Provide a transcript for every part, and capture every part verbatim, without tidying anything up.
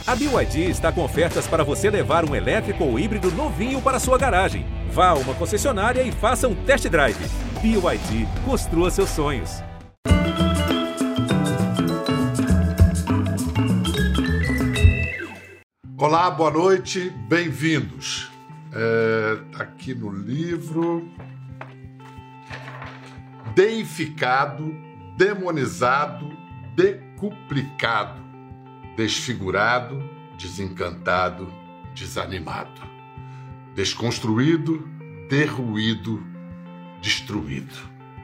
A B Y D está com ofertas para você levar um elétrico ou híbrido novinho para sua garagem. Vá a uma concessionária e faça um test drive. B Y D, construa seus sonhos. Olá, boa noite, bem-vindos. É, aqui no livro... Deificado, demonizado, decuplicado, desfigurado, desencantado, desanimado, desconstruído, derruído, destruído.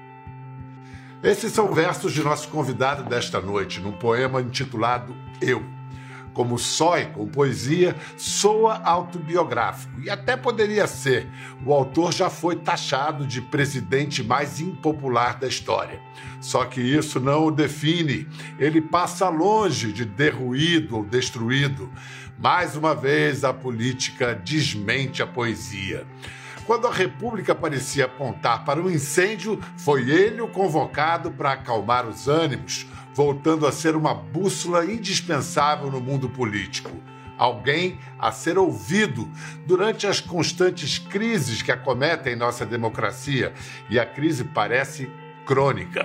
Esses são versos de nosso convidado desta noite, num poema intitulado Eu. Como sói com poesia, soa autobiográfico, e até poderia ser. O autor já foi taxado de presidente mais impopular da história. Só que isso não o define. Ele passa longe de derruído ou destruído. Mais uma vez, a política desmente a poesia. Quando a República parecia apontar para um incêndio, foi ele o convocado para acalmar os ânimos, voltando a ser uma bússola indispensável no mundo político. Alguém a ser ouvido durante as constantes crises que acometem nossa democracia, e a crise parece crônica.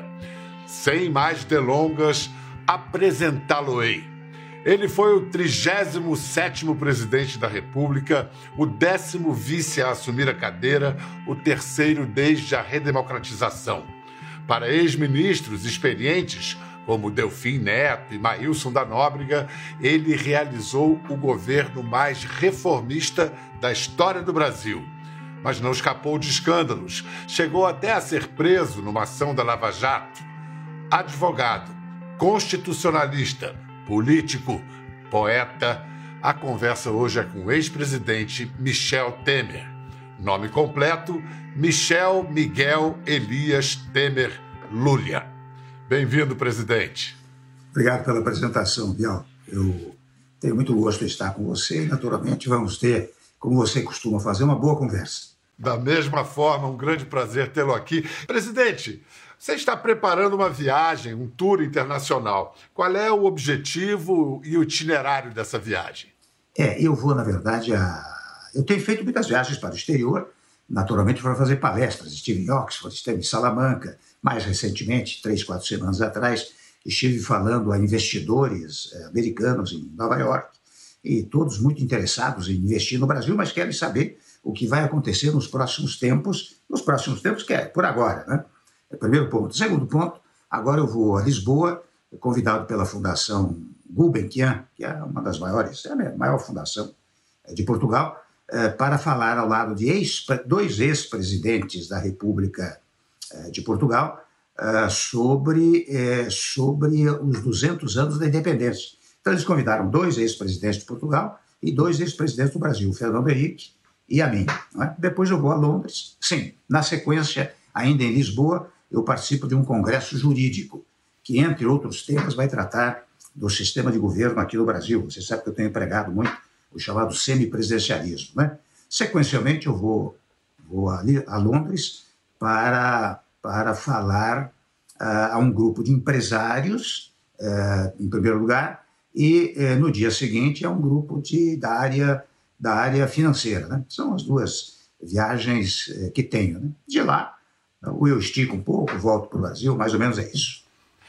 Sem mais delongas, apresentá-lo-ei. Ele foi o trigésimo sétimo presidente da República, o décimo vice a assumir a cadeira, o terceiro desde a redemocratização. Para ex-ministros experientes, como Delfim Neto e Maílson da Nóbrega, ele realizou o governo mais reformista da história do Brasil. Mas não escapou de escândalos. Chegou até a ser preso numa ação da Lava Jato. Advogado, constitucionalista, político, poeta. A conversa hoje é com o ex-presidente Michel Temer. Nome completo: Michel Miguel Elias Temer Lulia. Bem-vindo, presidente. Obrigado pela apresentação, Bial. Eu tenho muito gosto de estar com você e, naturalmente, vamos ter, como você costuma fazer, uma boa conversa. Da mesma forma, um grande prazer tê-lo aqui. Presidente, você está preparando uma viagem, um tour internacional. Qual é o objetivo e o itinerário dessa viagem? É, eu vou, na verdade, a... eu tenho feito muitas viagens para o exterior, naturalmente para fazer palestras. Estive em Oxford, estive em Salamanca. Mais recentemente, três, quatro semanas atrás, estive falando a investidores eh, americanos em Nova York, e todos muito interessados em investir no Brasil, mas querem saber o que vai acontecer nos próximos tempos, nos próximos tempos, que é por agora, né? É o primeiro ponto. Segundo ponto, agora eu vou a Lisboa, convidado pela Fundação Gulbenkian, que é uma das maiores, é a maior fundação de Portugal, eh, para falar ao lado de ex, dois ex-presidentes da República de Portugal, uh, sobre, eh, sobre os duzentos anos da independência. Então, eles convidaram dois ex-presidentes de Portugal e dois ex-presidentes do Brasil, o Fernando Henrique e a mim. Não é? Depois eu vou a Londres. Sim, na sequência, ainda em Lisboa, eu participo de um congresso jurídico, que, entre outros temas, vai tratar do sistema de governo aqui no Brasil. Você sabe que eu tenho empregado muito o chamado semipresidencialismo. Né? Sequencialmente, eu vou, vou a, a Londres para, para falar uh, a um grupo de empresários, uh, em primeiro lugar, e uh, no dia seguinte a um grupo de, da, área, da área financeira. Né? São as duas viagens uh, que tenho. Né? De lá, uh, eu estico um pouco, volto para o Brasil, mais ou menos é isso.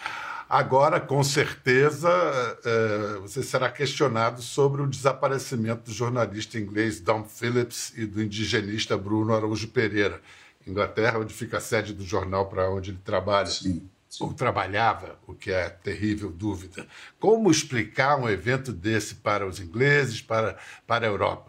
Agora, com certeza, uh, você será questionado sobre o desaparecimento do jornalista inglês Dom Phillips e do indigenista Bruno Araújo Pereira, Inglaterra, onde fica a sede do jornal para onde ele trabalha, sim, sim. ou trabalhava, o que é terrível dúvida. Como explicar um evento desse para os ingleses, para, para a Europa?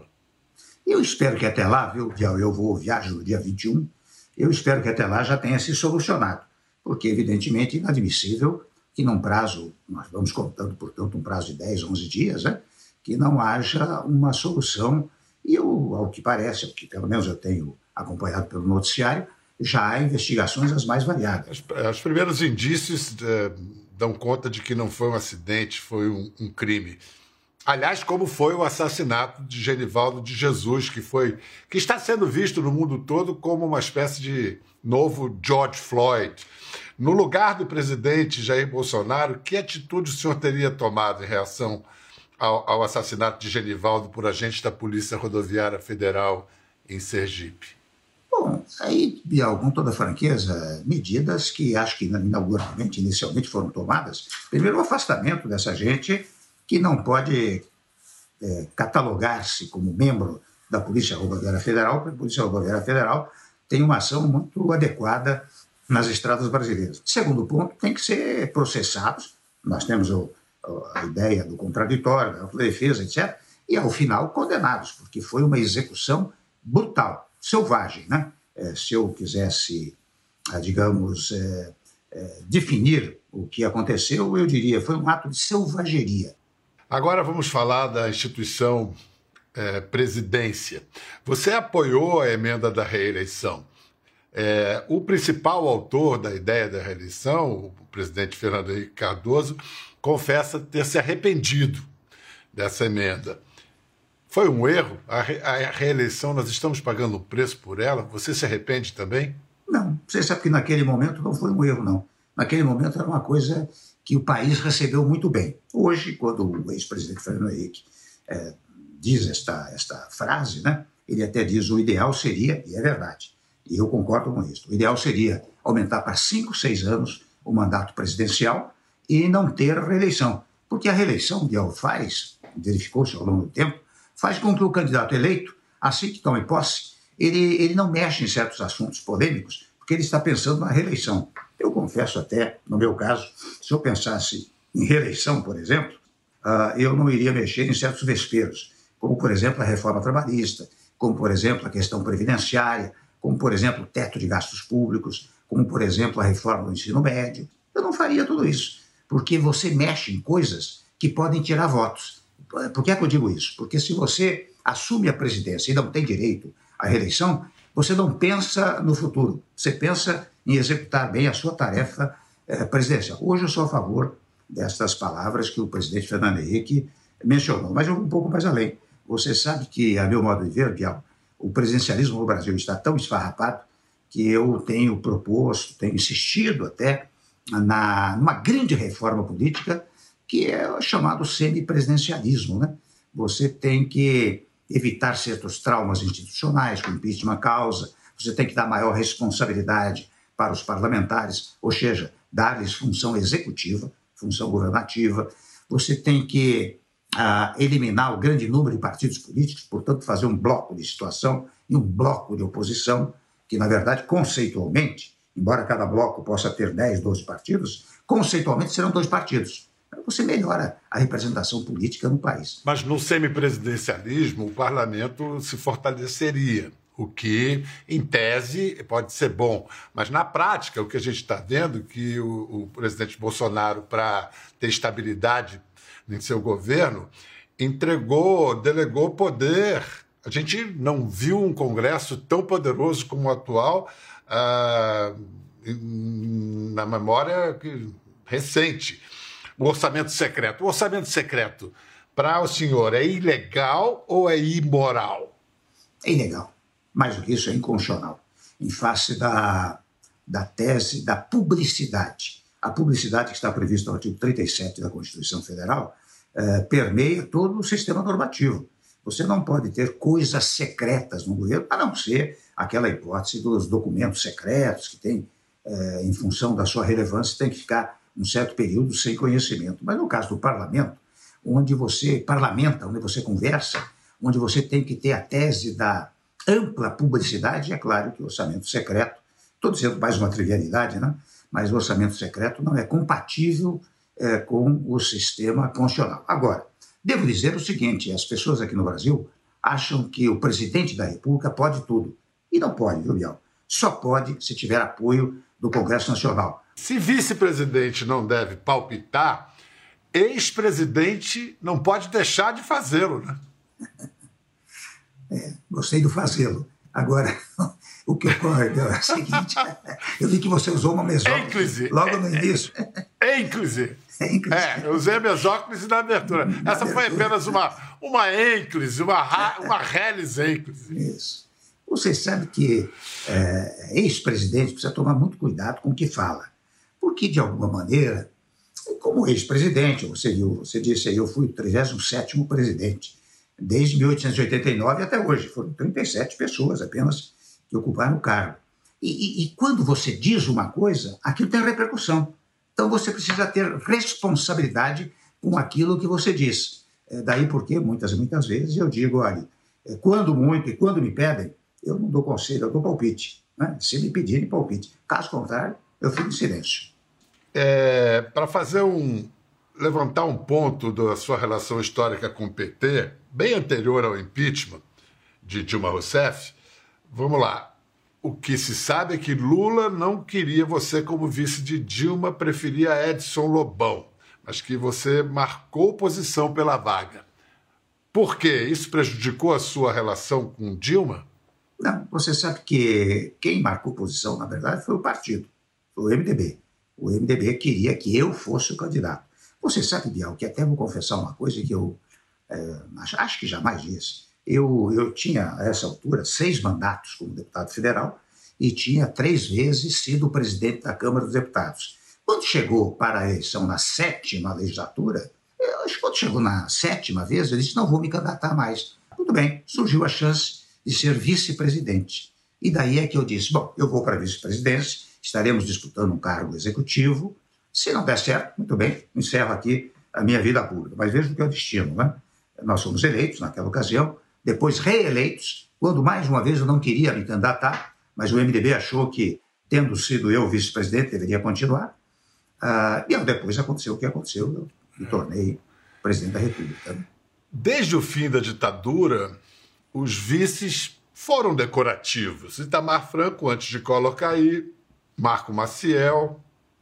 Eu espero que até lá, viu, eu vou viajar no dia vinte e um, eu espero que até lá já tenha se solucionado, porque evidentemente é inadmissível que num prazo, nós vamos contando, portanto, um prazo de dez, onze dias, né, que não haja uma solução, e eu, ao que parece, ao que pelo menos eu tenho acompanhado pelo noticiário, já há investigações as mais variadas. Os primeiros indícios é, dão conta de que não foi um acidente, foi um, um crime. Aliás, como foi o assassinato de Genivaldo de Jesus, que, foi, que está sendo visto no mundo todo como uma espécie de novo George Floyd. No lugar do presidente Jair Bolsonaro, que atitude o senhor teria tomado em reação ao, ao assassinato de Genivaldo por agentes da Polícia Rodoviária Federal em Sergipe? Bom, aí, Bial, com toda franqueza, medidas que acho que inauguralmente, inicialmente foram tomadas. Primeiro, o afastamento dessa gente que não pode é, catalogar-se como membro da Polícia Rodoviária Federal, porque a Polícia Rodoviária Federal tem uma ação muito adequada nas estradas brasileiras. Segundo ponto, tem que ser processados. Nós temos o, a ideia do contraditório, da autodefesa, etcétera, e, ao final, condenados, porque foi uma execução brutal, selvagem, né? É, se eu quisesse, digamos, é, é, definir o que aconteceu, eu diria, foi um ato de selvageria. Agora vamos falar da instituição é, presidência. Você apoiou a emenda da reeleição. É, o principal autor da ideia da reeleição, o presidente Fernando Henrique Cardoso, confessa ter se arrependido dessa emenda. Foi um erro? A, re, a reeleição, nós estamos pagando um preço por ela? Você se arrepende também? Não, você sabe que naquele momento não foi um erro, não. Naquele momento era uma coisa que o país recebeu muito bem. Hoje, quando o ex-presidente Fernando Henrique é, diz esta, esta frase, né, ele até diz o ideal seria, e é verdade, e eu concordo com isso, o ideal seria aumentar para cinco, seis anos o mandato presidencial e não ter reeleição. Porque a reeleição, Bial, faz, verificou-se ao longo do tempo, faz com que o candidato eleito, assim que tome posse, ele, ele não mexe em certos assuntos polêmicos, porque ele está pensando na reeleição. Eu confesso até, no meu caso, se eu pensasse em reeleição, por exemplo, uh, eu não iria mexer em certos vesperos, como, por exemplo, a reforma trabalhista, como, por exemplo, a questão previdenciária, como, por exemplo, o teto de gastos públicos, como, por exemplo, a reforma do ensino médio. Eu não faria tudo isso, porque você mexe em coisas que podem tirar votos. Por que é que eu digo isso? Porque se você assume a presidência e não tem direito à reeleição, você não pensa no futuro, você pensa em executar bem a sua tarefa eh, presidencial. Hoje eu sou a favor destas palavras que o presidente Fernando Henrique mencionou, mas eu vou um pouco mais além. Você sabe que, a meu modo de ver, Bial, o presidencialismo no Brasil está tão esfarrapado que eu tenho proposto, tenho insistido até na, numa grande reforma política que é o chamado semipresidencialismo, né? Você tem que evitar certos traumas institucionais, como impeachment causa, você tem que dar maior responsabilidade para os parlamentares, ou seja, dar-lhes função executiva, função governativa, você tem que ah, eliminar o grande número de partidos políticos, portanto, fazer um bloco de situação e um bloco de oposição, que, na verdade, conceitualmente, embora cada bloco possa ter dez, doze partidos, conceitualmente serão dois partidos. Você melhora a representação política no país. Mas no semipresidencialismo, o parlamento se fortaleceria, o que, em tese, pode ser bom. Mas, na prática, o que a gente está vendo é que o, o presidente Bolsonaro, para ter estabilidade em seu governo, entregou, delegou poder. A gente não viu um Congresso tão poderoso como o atual ah, na memória recente. O orçamento secreto. O orçamento secreto, para o senhor, é ilegal ou é imoral? É ilegal. Mais do que isso, é inconstitucional. Em face da, da tese da publicidade. A publicidade que está prevista no artigo trinta e sete da Constituição Federal eh, permeia todo o sistema normativo. Você não pode ter coisas secretas no governo, a não ser aquela hipótese dos documentos secretos que tem, eh, em função da sua relevância, tem que ficar um certo período sem conhecimento. Mas no caso do parlamento, onde você parlamenta, onde você conversa, onde você tem que ter a tese da ampla publicidade, é claro que o orçamento secreto, estou dizendo mais uma trivialidade, né? Mas o orçamento secreto não é compatível é, com o sistema constitucional. Agora, devo dizer o seguinte, as pessoas aqui no Brasil acham que o presidente da República pode tudo. E não pode, viu, Bial? Só pode se tiver apoio do Congresso Nacional. Se vice-presidente não deve palpitar, ex-presidente não pode deixar de fazê-lo, né? É, gostei do fazê-lo. Agora, o que ocorre é o seguinte, eu vi que você usou uma mesóclise logo no início. Ênclise. É, eu usei a mesóclise na abertura. Na Essa abertura. Foi apenas uma, uma ênclise, uma, uma relis ênclise. Isso. Você sabe que é, ex-presidente precisa tomar muito cuidado com o que fala. Porque, de alguma maneira, E como ex-presidente, você viu, você disse aí, eu fui o trigésimo sétimo presidente, desde mil oitocentos e oitenta e nove até hoje. Foram trinta e sete pessoas apenas que ocuparam o cargo. E, e, e quando você diz uma coisa, aquilo tem repercussão. Então você precisa ter responsabilidade com aquilo que você diz. É daí porque, muitas e muitas vezes, eu digo, olha, quando muito e quando me pedem, eu não dou conselho, eu dou palpite. Né? Se me pedirem, palpite. Caso contrário, eu fico em silêncio. É, para fazer um... levantar um ponto da sua relação histórica com o P T, bem anterior ao impeachment de Dilma Rousseff, vamos lá. O que se sabe é que Lula não queria você como vice de Dilma, preferia Edson Lobão, mas que você marcou posição pela vaga. Por quê? Isso prejudicou a sua relação com Dilma? Não, você sabe que quem marcou posição, na verdade, foi o partido, foi o M D B. O M D B queria que eu fosse o candidato. Você sabe, Bial, que até vou confessar uma coisa que eu é, acho que jamais disse. Eu, eu tinha, a essa altura, seis mandatos como deputado federal e tinha três vezes sido presidente da Câmara dos Deputados. Quando chegou para a eleição na sétima legislatura, eu acho que quando chegou na sétima vez, eu disse, não vou me candidatar mais. Tudo bem, surgiu a chance de ser vice-presidente. E daí é que eu disse, bom, eu vou para a vice-presidência, estaremos disputando um cargo executivo. Se não der certo, muito bem, encerro aqui a minha vida pública. Mas veja o que é o destino, né? Nós fomos eleitos naquela ocasião, depois reeleitos, quando mais uma vez eu não queria me candidatar, mas o M D B achou que, tendo sido eu vice-presidente, deveria continuar. Ah, e depois aconteceu o que aconteceu, eu me tornei presidente da República. Né? Desde o fim da ditadura, os vices foram decorativos. Itamar Franco, antes de Collor cair, Marco Maciel,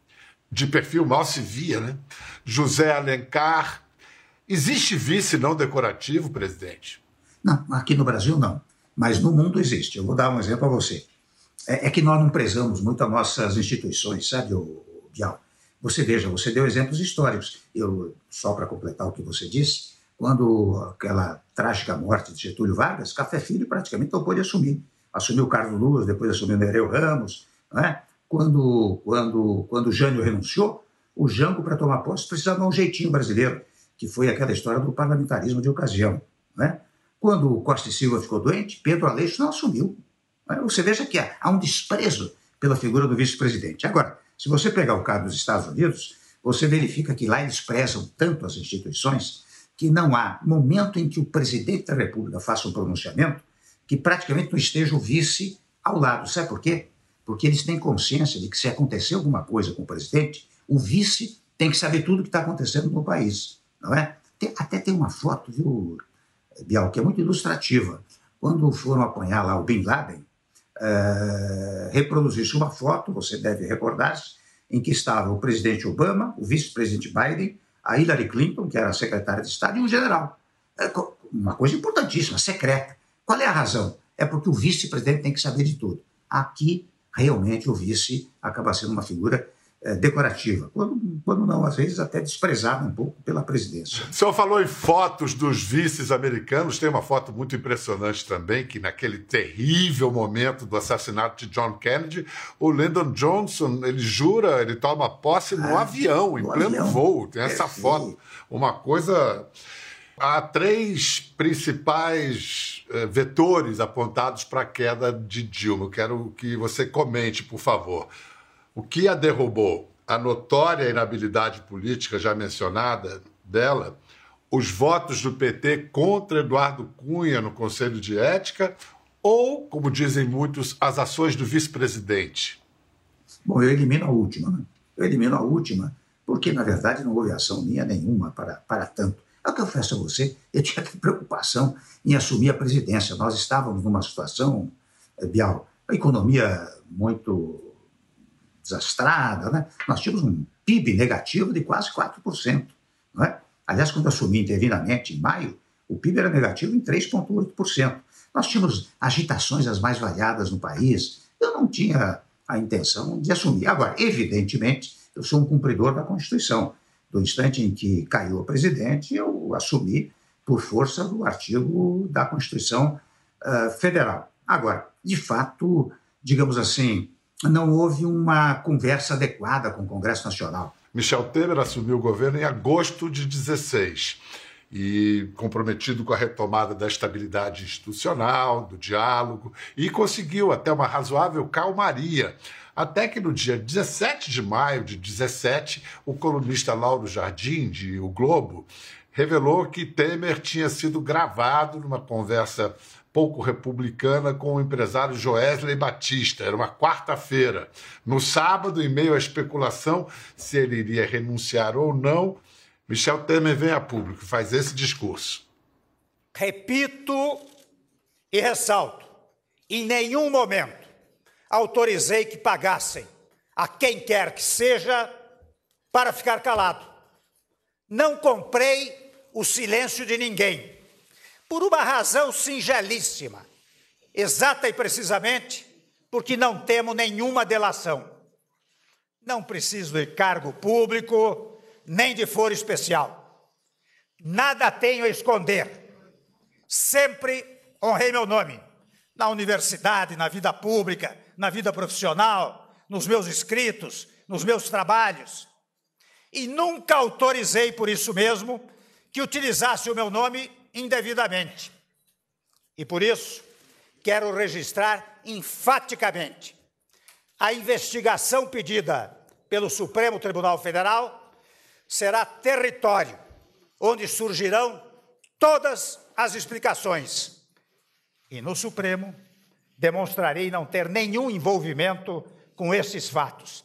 de perfil mal se via, né? José Alencar. Existe vice não decorativo, presidente? Não, aqui no Brasil não, mas no mundo existe. Eu vou dar um exemplo a você. É, é que nós não prezamos muito as nossas instituições, sabe, Bial? Você veja, você deu exemplos históricos. Eu, só para completar o que você disse, quando aquela trágica morte de Getúlio Vargas, Café Filho praticamente não pôde assumir. Assumiu Carlos Luz, depois assumiu Nereu Ramos, não é? Quando, quando, quando o Jânio renunciou, o Jango, para tomar posse, precisava de um jeitinho brasileiro, que foi aquela história do parlamentarismo de ocasião. Né? Quando o Costa e Silva ficou doente, Pedro Aleixo não assumiu. Né? Você veja que há, há um desprezo pela figura do vice-presidente. Agora, se você pegar o caso dos Estados Unidos, você verifica que lá eles prezam tanto as instituições que não há momento em que o presidente da República faça um pronunciamento que praticamente não esteja o vice ao lado. Sabe por quê? Porque eles têm consciência de que se acontecer alguma coisa com o presidente, o vice tem que saber tudo o que está acontecendo no país, não é? Tem, até tem uma foto, viu, Bial, que é muito ilustrativa. Quando foram apanhar lá o Bin Laden, uh, reproduziu-se uma foto, você deve recordar-se, em que estava o presidente Obama, o vice-presidente Biden, a Hillary Clinton, que era a secretária de Estado, e um general. É uma coisa importantíssima, secreta. Qual é a razão? É porque o vice-presidente tem que saber de tudo. Aqui, realmente, o vice acaba sendo uma figura é, decorativa, quando, quando não, às vezes, até desprezada um pouco pela presidência. O senhor falou em fotos dos vices americanos, tem uma foto muito impressionante também, que naquele terrível momento do assassinato de John Kennedy, o Lyndon Johnson, ele jura, ele toma posse no ah, avião, em pleno avião. voo, tem essa é, foto, uma coisa... Há três principais eh, vetores apontados para a queda de Dilma. Eu quero que você comente, por favor. O que a derrubou? A notória inabilidade política já mencionada dela, os votos do P T contra Eduardo Cunha no Conselho de Ética ou, como dizem muitos, as ações do vice-presidente? Bom, eu elimino a última. Né? Eu elimino a última porque, na verdade, não houve ação minha nenhuma para, para tanto. É o que eu confesso a você, eu tinha preocupação em assumir a presidência. Nós estávamos numa situação, Bial, a economia muito desastrada, né? Nós tínhamos um P I B negativo de quase quatro por cento. Não é? Aliás, quando assumi interinamente, em maio, o P I B era negativo em três vírgula oito por cento. Nós tínhamos agitações as mais variadas no país. Eu não tinha a intenção de assumir. Agora, evidentemente, eu sou um cumpridor da Constituição. Do instante em que caiu o presidente, eu assumi por força do artigo da Constituição uh, Federal. Agora, de fato, digamos assim, não houve uma conversa adequada com o Congresso Nacional. Michel Temer assumiu o governo em agosto de dezesseis e comprometido com a retomada da estabilidade institucional, do diálogo, e conseguiu até uma razoável calmaria. Até que no dia dezessete de maio de dezessete, o colunista Lauro Jardim, de O Globo, revelou que Temer tinha sido gravado numa conversa pouco republicana com o empresário Joesley Batista. Era uma quarta-feira. No sábado, em meio à especulação se ele iria renunciar ou não, Michel Temer vem a público e faz esse discurso. Repito e ressalto, em nenhum momento autorizei que pagassem a quem quer que seja para ficar calado. Não comprei o silêncio de ninguém, por uma razão singelíssima, exata e precisamente porque não temos nenhuma delação. Não preciso de cargo público, nem de foro especial. Nada tenho a esconder. Sempre honrei meu nome, na universidade, na vida pública, na vida profissional, nos meus escritos, nos meus trabalhos. E nunca autorizei, por isso mesmo, que utilizasse o meu nome indevidamente. E por isso, quero registrar enfaticamente a investigação pedida pelo Supremo Tribunal Federal será território onde surgirão todas as explicações. E no Supremo demonstrarei não ter nenhum envolvimento com esses fatos.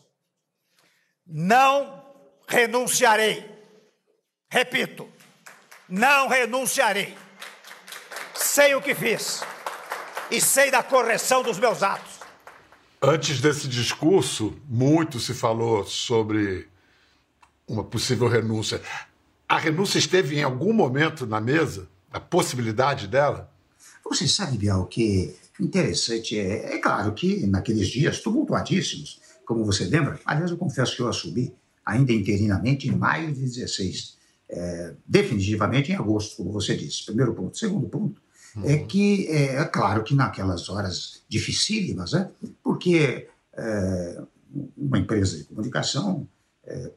Não renunciarei. Repito, não renunciarei. Sei o que fiz e sei da correção dos meus atos. Antes desse discurso, muito se falou sobre uma possível renúncia. A renúncia esteve em algum momento na mesa? A possibilidade dela? Você sabe, Bial, que interessante é... É claro que naqueles dias tumultuadíssimos, como você lembra, aliás, eu confesso que eu assumi ainda interinamente em maio de dezesseis, é, definitivamente em agosto, como você disse. Primeiro ponto. Segundo ponto uhum. é que é, é claro que naquelas horas dificílimas, né, porque é, uma empresa de comunicação é,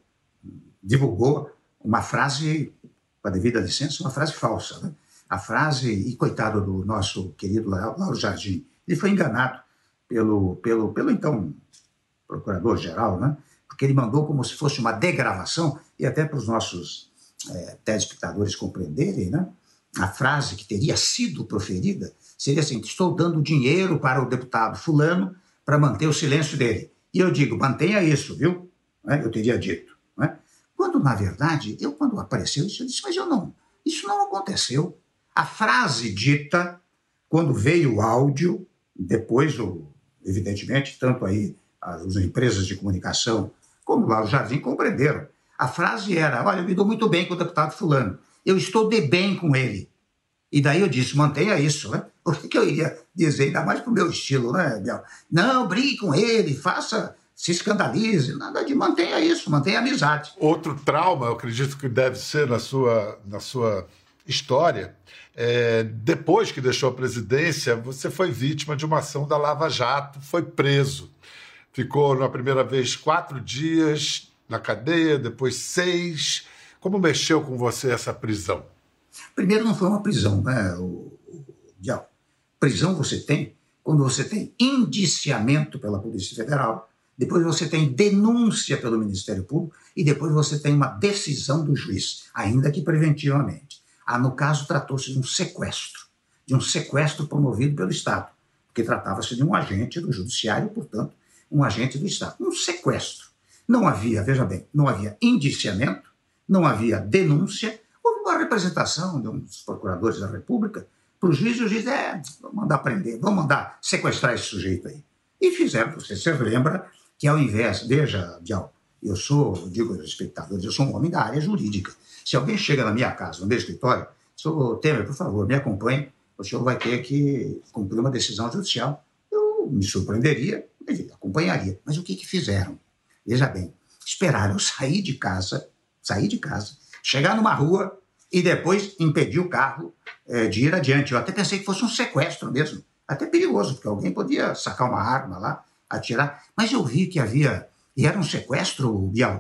divulgou uma frase, com a devida licença, uma frase falsa, né? A frase, e coitado do nosso querido Lauro Jardim, ele foi enganado pelo, pelo, pelo então procurador-geral, né? Porque ele mandou como se fosse uma degravação, e até para os nossos é, telespectadores compreenderem, né? A frase que teria sido proferida seria assim: estou dando dinheiro para o deputado fulano para manter o silêncio dele. E eu digo, mantenha isso, viu? Eu teria dito. Né? Quando, na verdade, eu quando apareceu isso, eu disse, mas eu não, isso não aconteceu. A frase dita, quando veio o áudio, depois, o, evidentemente, tanto aí as empresas de comunicação como lá o Jardim compreenderam. A frase era, olha, eu me dou muito bem com o deputado fulano, eu estou de bem com ele. E daí eu disse, mantenha isso, né? O que eu iria dizer, ainda mais para o meu estilo, né, Biel? Não, brigue com ele, faça, se escandalize, nada de mantenha isso, mantenha a amizade. Outro trauma, eu acredito que deve ser na sua, na sua história, é, depois que deixou a presidência, você foi vítima de uma ação da Lava Jato, foi preso. Ficou, na primeira vez, quatro dias na cadeia, depois seis. Como mexeu com você essa prisão? Primeiro, não foi uma prisão, né, o, o, o, prisão você tem quando você tem indiciamento pela Polícia Federal, depois você tem denúncia pelo Ministério Público e depois você tem uma decisão do juiz, ainda que preventivamente. Ah, no caso, tratou-se de um sequestro, de um sequestro promovido pelo Estado, porque tratava-se de um agente do Judiciário, portanto, um agente do Estado. Um sequestro. Não havia, veja bem, não havia indiciamento, não havia denúncia, houve uma representação de uns procuradores da República para o juiz, e o juiz, é, vamos mandar prender, vamos mandar sequestrar esse sujeito aí. E fizeram, você se lembra que ao invés, veja, Bial, eu sou, eu digo aos espectadores, eu sou um homem da área jurídica. Se alguém chega na minha casa, no meu escritório, senhor Temer, por favor, me acompanhe, o senhor vai ter que cumprir uma decisão judicial. Eu me surpreenderia, acompanharia. Mas o que que fizeram? Veja bem, esperaram eu sair de casa, sair de casa, chegar numa rua e depois impedir o carro é, de ir adiante. Eu até pensei que fosse um sequestro mesmo, até perigoso, porque alguém podia sacar uma arma lá, atirar. Mas eu vi que havia, e era um sequestro, Bial,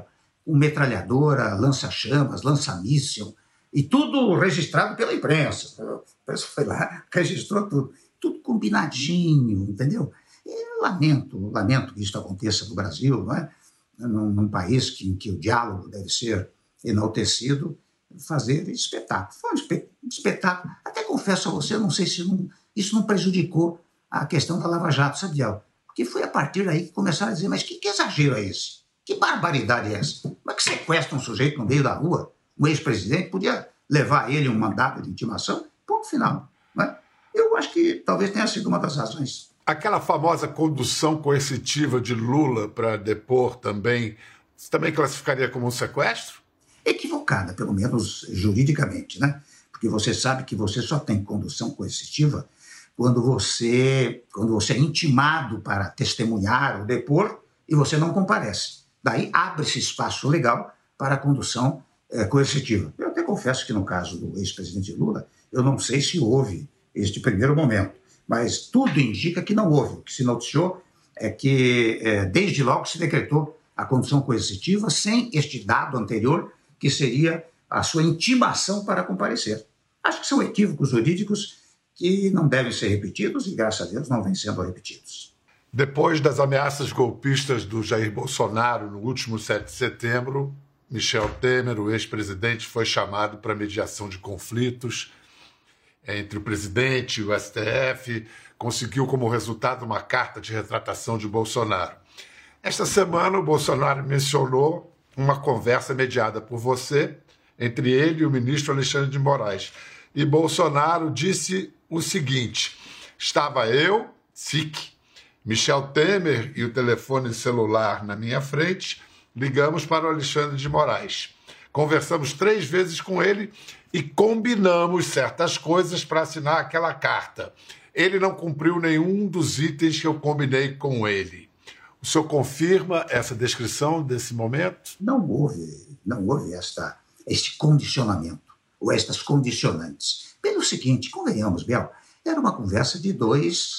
com metralhadora, lança-chamas, lança-míssil, e tudo registrado pela imprensa. A imprensa foi lá, registrou tudo, tudo combinadinho, entendeu? E lamento, lamento que isso aconteça no Brasil, não é? Num, num país que, em que o diálogo deve ser enaltecido, fazer espetáculo. Foi um espetáculo. Até confesso a você, não sei se não, isso não prejudicou a questão da Lava Jato, sabe, Biel? Porque foi a partir daí que começaram a dizer, mas que, que exagero é esse? Que barbaridade é essa? Como é que sequestra um sujeito no meio da rua? Um ex-presidente podia levar a ele um mandato de intimação? Ponto final. Não é? Eu acho que talvez tenha sido uma das razões. Aquela famosa condução coercitiva de Lula para depor também, você também classificaria como um sequestro? Equivocada, pelo menos juridicamente, né? Porque você sabe que você só tem condução coercitiva quando você, quando você é intimado para testemunhar ou depor e você não comparece. Daí abre-se espaço legal para a condução é, coercitiva. Eu até confesso que no caso do ex-presidente Lula, eu não sei se houve este primeiro momento, mas tudo indica que não houve. O que se noticiou é que é, desde logo se decretou a condução coercitiva sem este dado anterior, que seria a sua intimação para comparecer. Acho que são equívocos jurídicos que não devem ser repetidos e, graças a Deus, não vêm sendo repetidos. Depois das ameaças golpistas do Jair Bolsonaro no último sete de setembro, Michel Temer, o ex-presidente, foi chamado para mediação de conflitos entre o presidente e o S T F, conseguiu como resultado uma carta de retratação de Bolsonaro. Esta semana, o Bolsonaro mencionou uma conversa mediada por você entre ele e o ministro Alexandre de Moraes. E Bolsonaro disse o seguinte: estava eu, S I C, Michel Temer e o telefone celular na minha frente, ligamos para o Alexandre de Moraes. Conversamos três vezes com ele e combinamos certas coisas para assinar aquela carta. Ele não cumpriu nenhum dos itens que eu combinei com ele. O senhor confirma essa descrição desse momento? Não houve, não houve esta, este condicionamento, ou estas condicionantes. Pelo seguinte, convenhamos, Biel, era uma conversa de dois,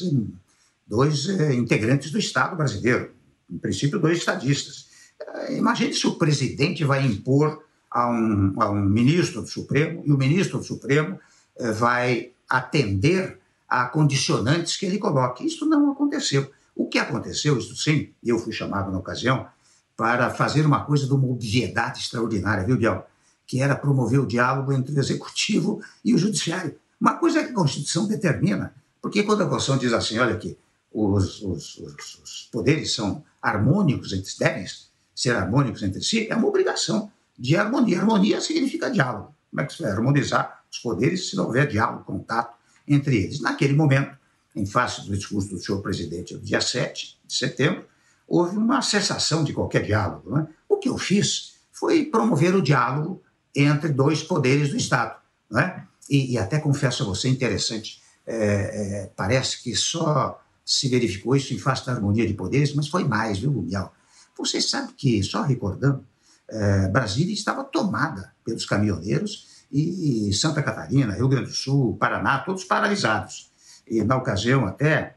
dois eh, integrantes do Estado brasileiro, em princípio dois estadistas. Eh, imagine se o presidente vai impor a um, a um ministro do Supremo, e o ministro do Supremo eh, vai atender a condicionantes que ele coloque. Isso não aconteceu. O que aconteceu, isso sim, eu fui chamado na ocasião para fazer uma coisa de uma obviedade extraordinária, viu, Biel? Que era promover o diálogo entre o Executivo e o Judiciário. Uma coisa que a Constituição determina, porque quando a Constituição diz assim, olha aqui, os, os, os, os poderes são harmônicos, entre, devem ser harmônicos entre si, é uma obrigação de harmonia. Harmonia significa diálogo. Como é que você vai harmonizar os poderes se não houver diálogo, contato entre eles? Naquele momento, em face do discurso do senhor presidente no dia sete de setembro, houve uma cessação de qualquer diálogo. Não é? O que eu fiz foi promover o diálogo entre dois poderes do Estado. Não é? e, e até confesso a você, interessante, é, é, parece que só se verificou isso em face da harmonia de poderes, mas foi mais, viu, Biel? Você sabe que, só recordando, é, Brasília estava tomada pelos caminhoneiros e Santa Catarina, Rio Grande do Sul, Paraná, todos paralisados. E, na ocasião, até,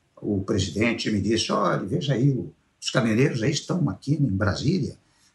o presidente me disse, olha, veja aí, os caminhoneiros aí estão aqui em Brasília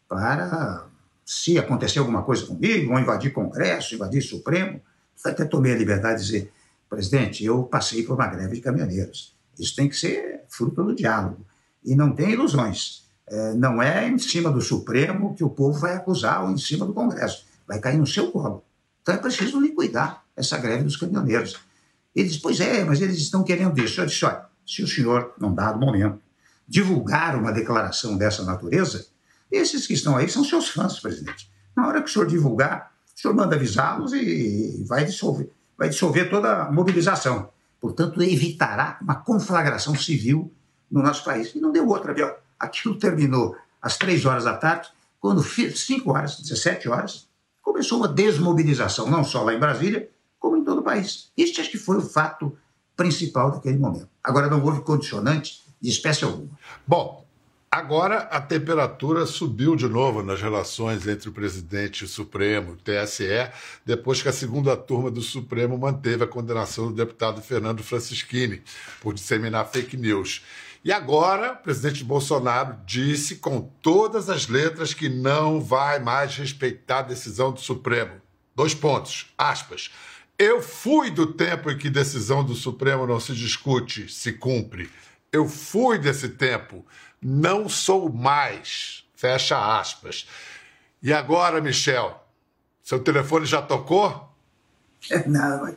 para, se acontecer alguma coisa comigo, vão invadir Congresso, invadir Supremo. Eu até tomei a liberdade de dizer, presidente, eu passei por uma greve de caminhoneiros. Isso tem que ser fruto do diálogo. E não tem ilusões. É, não é em cima do Supremo que o povo vai acusar ou em cima do Congresso. Vai cair no seu colo. Então é preciso liquidar essa greve dos caminhoneiros. Ele disse, pois é, mas eles estão querendo isso. Eu disse, olha, se o senhor, num dado momento, divulgar uma declaração dessa natureza, esses que estão aí são seus fãs, presidente. Na hora que o senhor divulgar, o senhor manda avisá-los e vai dissolver, vai dissolver toda a mobilização. Portanto, evitará uma conflagração civil no nosso país. E não deu outra, viu? Aquilo terminou às três horas da tarde, quando, cinco horas, dezessete horas, começou uma desmobilização, não só lá em Brasília, como em todo o país. Este acho que foi o fato principal daquele momento. Agora não houve condicionante de espécie alguma. Bom, agora a temperatura subiu de novo nas relações entre o presidente e o Supremo, o T S E, depois que a segunda turma do Supremo manteve a condenação do deputado Fernando Francischini por disseminar fake news. E agora, o presidente Bolsonaro disse com todas as letras que não vai mais respeitar a decisão do Supremo. Dois pontos, aspas. Eu fui do tempo em que decisão do Supremo não se discute, se cumpre. Eu fui desse tempo, não sou mais. Fecha aspas. E agora, Michel, seu telefone já tocou? Não,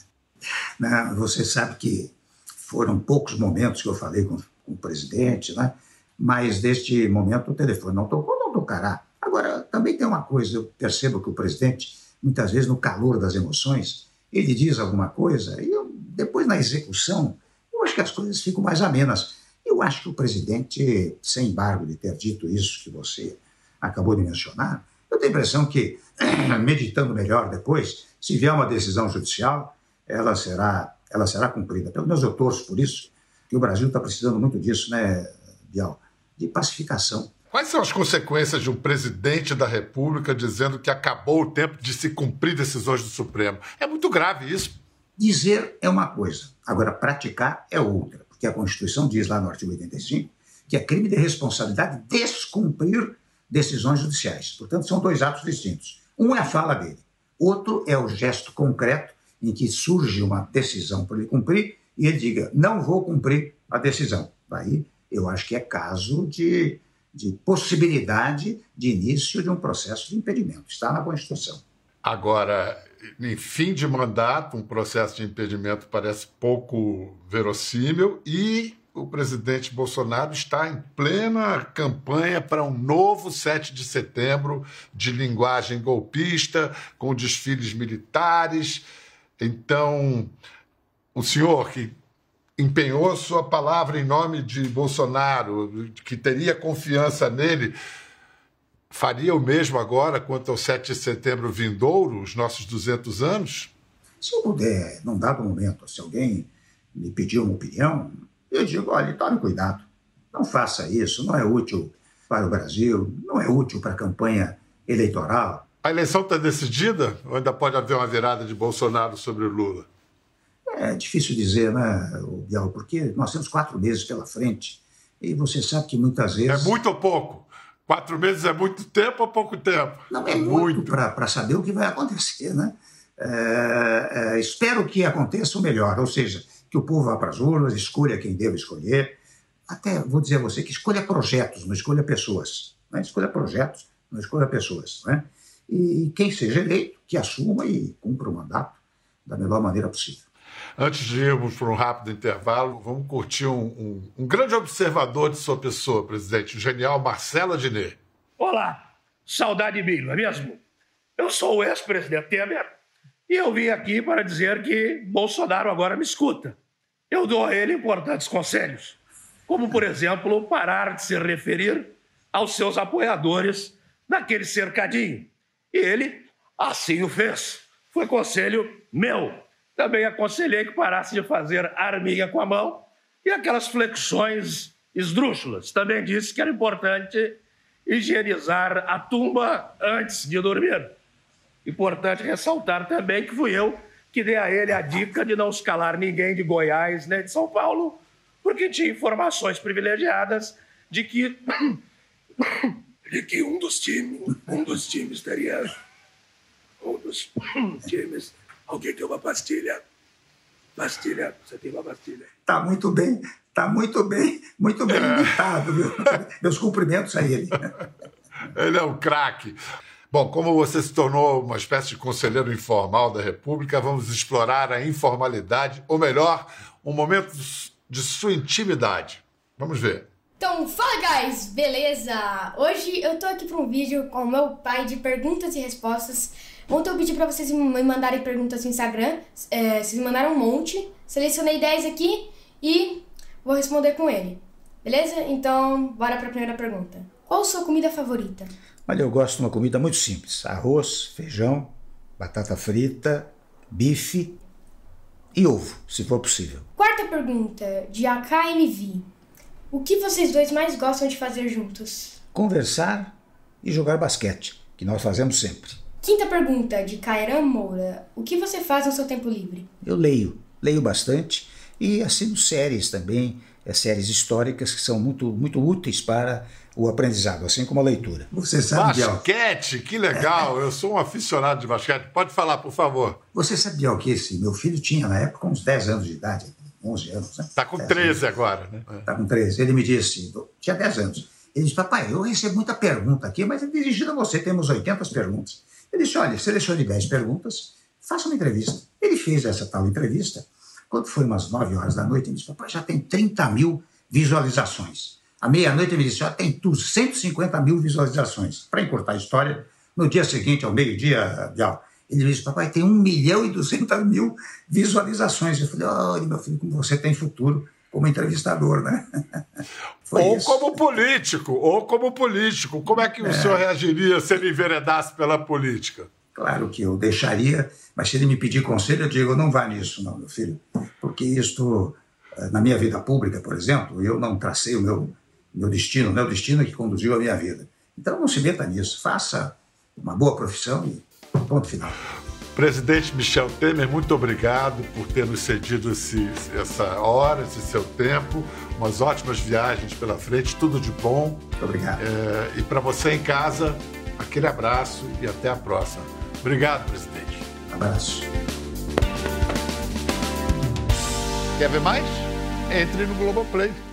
não, você sabe que foram poucos momentos que eu falei com, com o presidente, né? Mas deste momento o telefone não tocou, não tocará. Agora, também tem uma coisa, eu percebo que o presidente, muitas vezes no calor das emoções, ele diz alguma coisa e eu, depois na execução, eu acho que as coisas ficam mais amenas. Eu acho que o presidente, sem embargo de ter dito isso que você acabou de mencionar, eu tenho a impressão que, meditando melhor depois, se vier uma decisão judicial, ela será, ela será cumprida. Pelo menos eu torço por isso, que o Brasil está precisando muito disso, né, Bial? De pacificação. Quais são as consequências de um presidente da República dizendo que acabou o tempo de se cumprir decisões do Supremo? É muito grave isso. Dizer é uma coisa, agora praticar é outra, porque a Constituição diz lá no artigo oitenta e cinco que é crime de responsabilidade descumprir decisões judiciais. Portanto, são dois atos distintos. Um é a fala dele, outro é o gesto concreto em que surge uma decisão para ele cumprir e ele diga, não vou cumprir a decisão. Daí, eu acho que é caso de, de possibilidade de início de um processo de impedimento. Está na Constituição. Agora, em fim de mandato, um processo de impedimento parece pouco verossímil e o presidente Bolsonaro está em plena campanha para um novo sete de setembro de linguagem golpista, com desfiles militares. Então, o senhor que empenhou sua palavra em nome de Bolsonaro, que teria confiança nele, faria o mesmo agora quanto ao sete de setembro vindouro, os nossos duzentos anos? Se eu puder, num dado momento, se alguém me pedir uma opinião, eu digo, olha, tome cuidado, não faça isso, não é útil para o Brasil, não é útil para a campanha eleitoral. A eleição está decidida ou ainda pode haver uma virada de Bolsonaro sobre o Lula? É difícil dizer, né, Bial, porque nós temos quatro meses pela frente e você sabe que muitas vezes... É muito ou pouco? Quatro meses é muito tempo ou pouco tempo? Não, é muito, muito. para saber o que vai acontecer, né? É, é, espero que aconteça o melhor, ou seja, que o povo vá para as urnas, escolha quem deve escolher. Até vou dizer a você que escolha projetos, não escolha pessoas. Né? Escolha projetos, não escolha pessoas. Né? E quem seja eleito, que assuma e cumpra o mandato da melhor maneira possível. Antes de irmos para um rápido intervalo, vamos curtir um, um, um grande observador de sua pessoa, presidente, o genial Marcelo Adnet. Olá, saudade de mim, não é mesmo? Eu sou o ex-presidente Temer e eu vim aqui para dizer que Bolsonaro agora me escuta. Eu dou a ele importantes conselhos, como, por exemplo, parar de se referir aos seus apoiadores naquele cercadinho. E ele assim o fez. Foi conselho meu. Também aconselhei que parasse de fazer arminha com a mão e aquelas flexões esdrúxulas. Também disse que era importante higienizar a tumba antes de dormir. Importante ressaltar também que fui eu que dei a ele a dica de não escalar ninguém de Goiás nem de São Paulo, porque tinha informações privilegiadas de que, de que um dos times, um dos times teria... Um dos times... Alguém tem uma pastilha? Pastilha, você tem uma pastilha? Tá muito bem, tá muito bem, muito bem imitado, meu. Meus cumprimentos a ele. Ele é um craque. Bom, como você se tornou uma espécie de conselheiro informal da República, vamos explorar a informalidade, ou melhor, um momento de sua intimidade. Vamos ver. Então, fala, guys! Beleza? Hoje eu tô aqui para um vídeo com o meu pai de perguntas e respostas. Ontem eu pedi para vocês me mandarem perguntas no Instagram. É, vocês me mandaram um monte. Selecionei dez aqui e vou responder com ele. Beleza? Então, bora para a primeira pergunta. Qual a sua comida favorita? Olha, eu gosto de uma comida muito simples. Arroz, feijão, batata frita, bife e ovo, se for possível. Quarta pergunta, de A K M V. O que vocês dois mais gostam de fazer juntos? Conversar e jogar basquete, que nós fazemos sempre. Quinta pergunta, de Cairan Moura. O que você faz no seu tempo livre? Eu leio, leio bastante e assino séries também é, séries históricas que são muito, muito úteis para o aprendizado, assim como a leitura. Você sabe, Bial... Basquete, que legal! Eu sou um aficionado de basquete. Pode falar, por favor. Você sabe, Bial, que esse meu filho tinha, na época, uns dez anos de idade, onze anos, né? Está com treze agora, né? Está com treze. Ele me disse, tinha dez anos. Ele disse, papai, eu recebo muita pergunta aqui, mas é dirigido a você, temos oitenta perguntas. Ele disse, olha, selecione dez perguntas, faça uma entrevista. Ele fez essa tal entrevista. Quando foi umas nove horas da noite, ele disse, papai, já tem trinta mil visualizações. À meia-noite ele me disse, já tem duzentos e cinquenta mil visualizações. Para encurtar a história, no dia seguinte, ao meio-dia, ele me disse, papai, tem um milhão e duzentas mil visualizações. Eu falei, olha, meu filho, como você tem futuro como entrevistador, né? Ou isso. como político, ou como político. Como é que o é. senhor reagiria se ele enveredasse pela política? Claro que eu deixaria, mas se ele me pedir conselho, eu digo, não vá nisso, não, meu filho. Porque isto, na minha vida pública, por exemplo, eu não tracei o meu, meu destino, o meu destino é que conduziu a minha vida. Então não se meta nisso, faça uma boa profissão e ponto final. Presidente Michel Temer, muito obrigado por ter nos cedido esse, essa hora, esse seu tempo, umas ótimas viagens pela frente, tudo de bom. Muito obrigado. É, e para você em casa, aquele abraço e até a próxima. Obrigado, presidente. Abraço. Quer ver mais? Entre no Globoplay.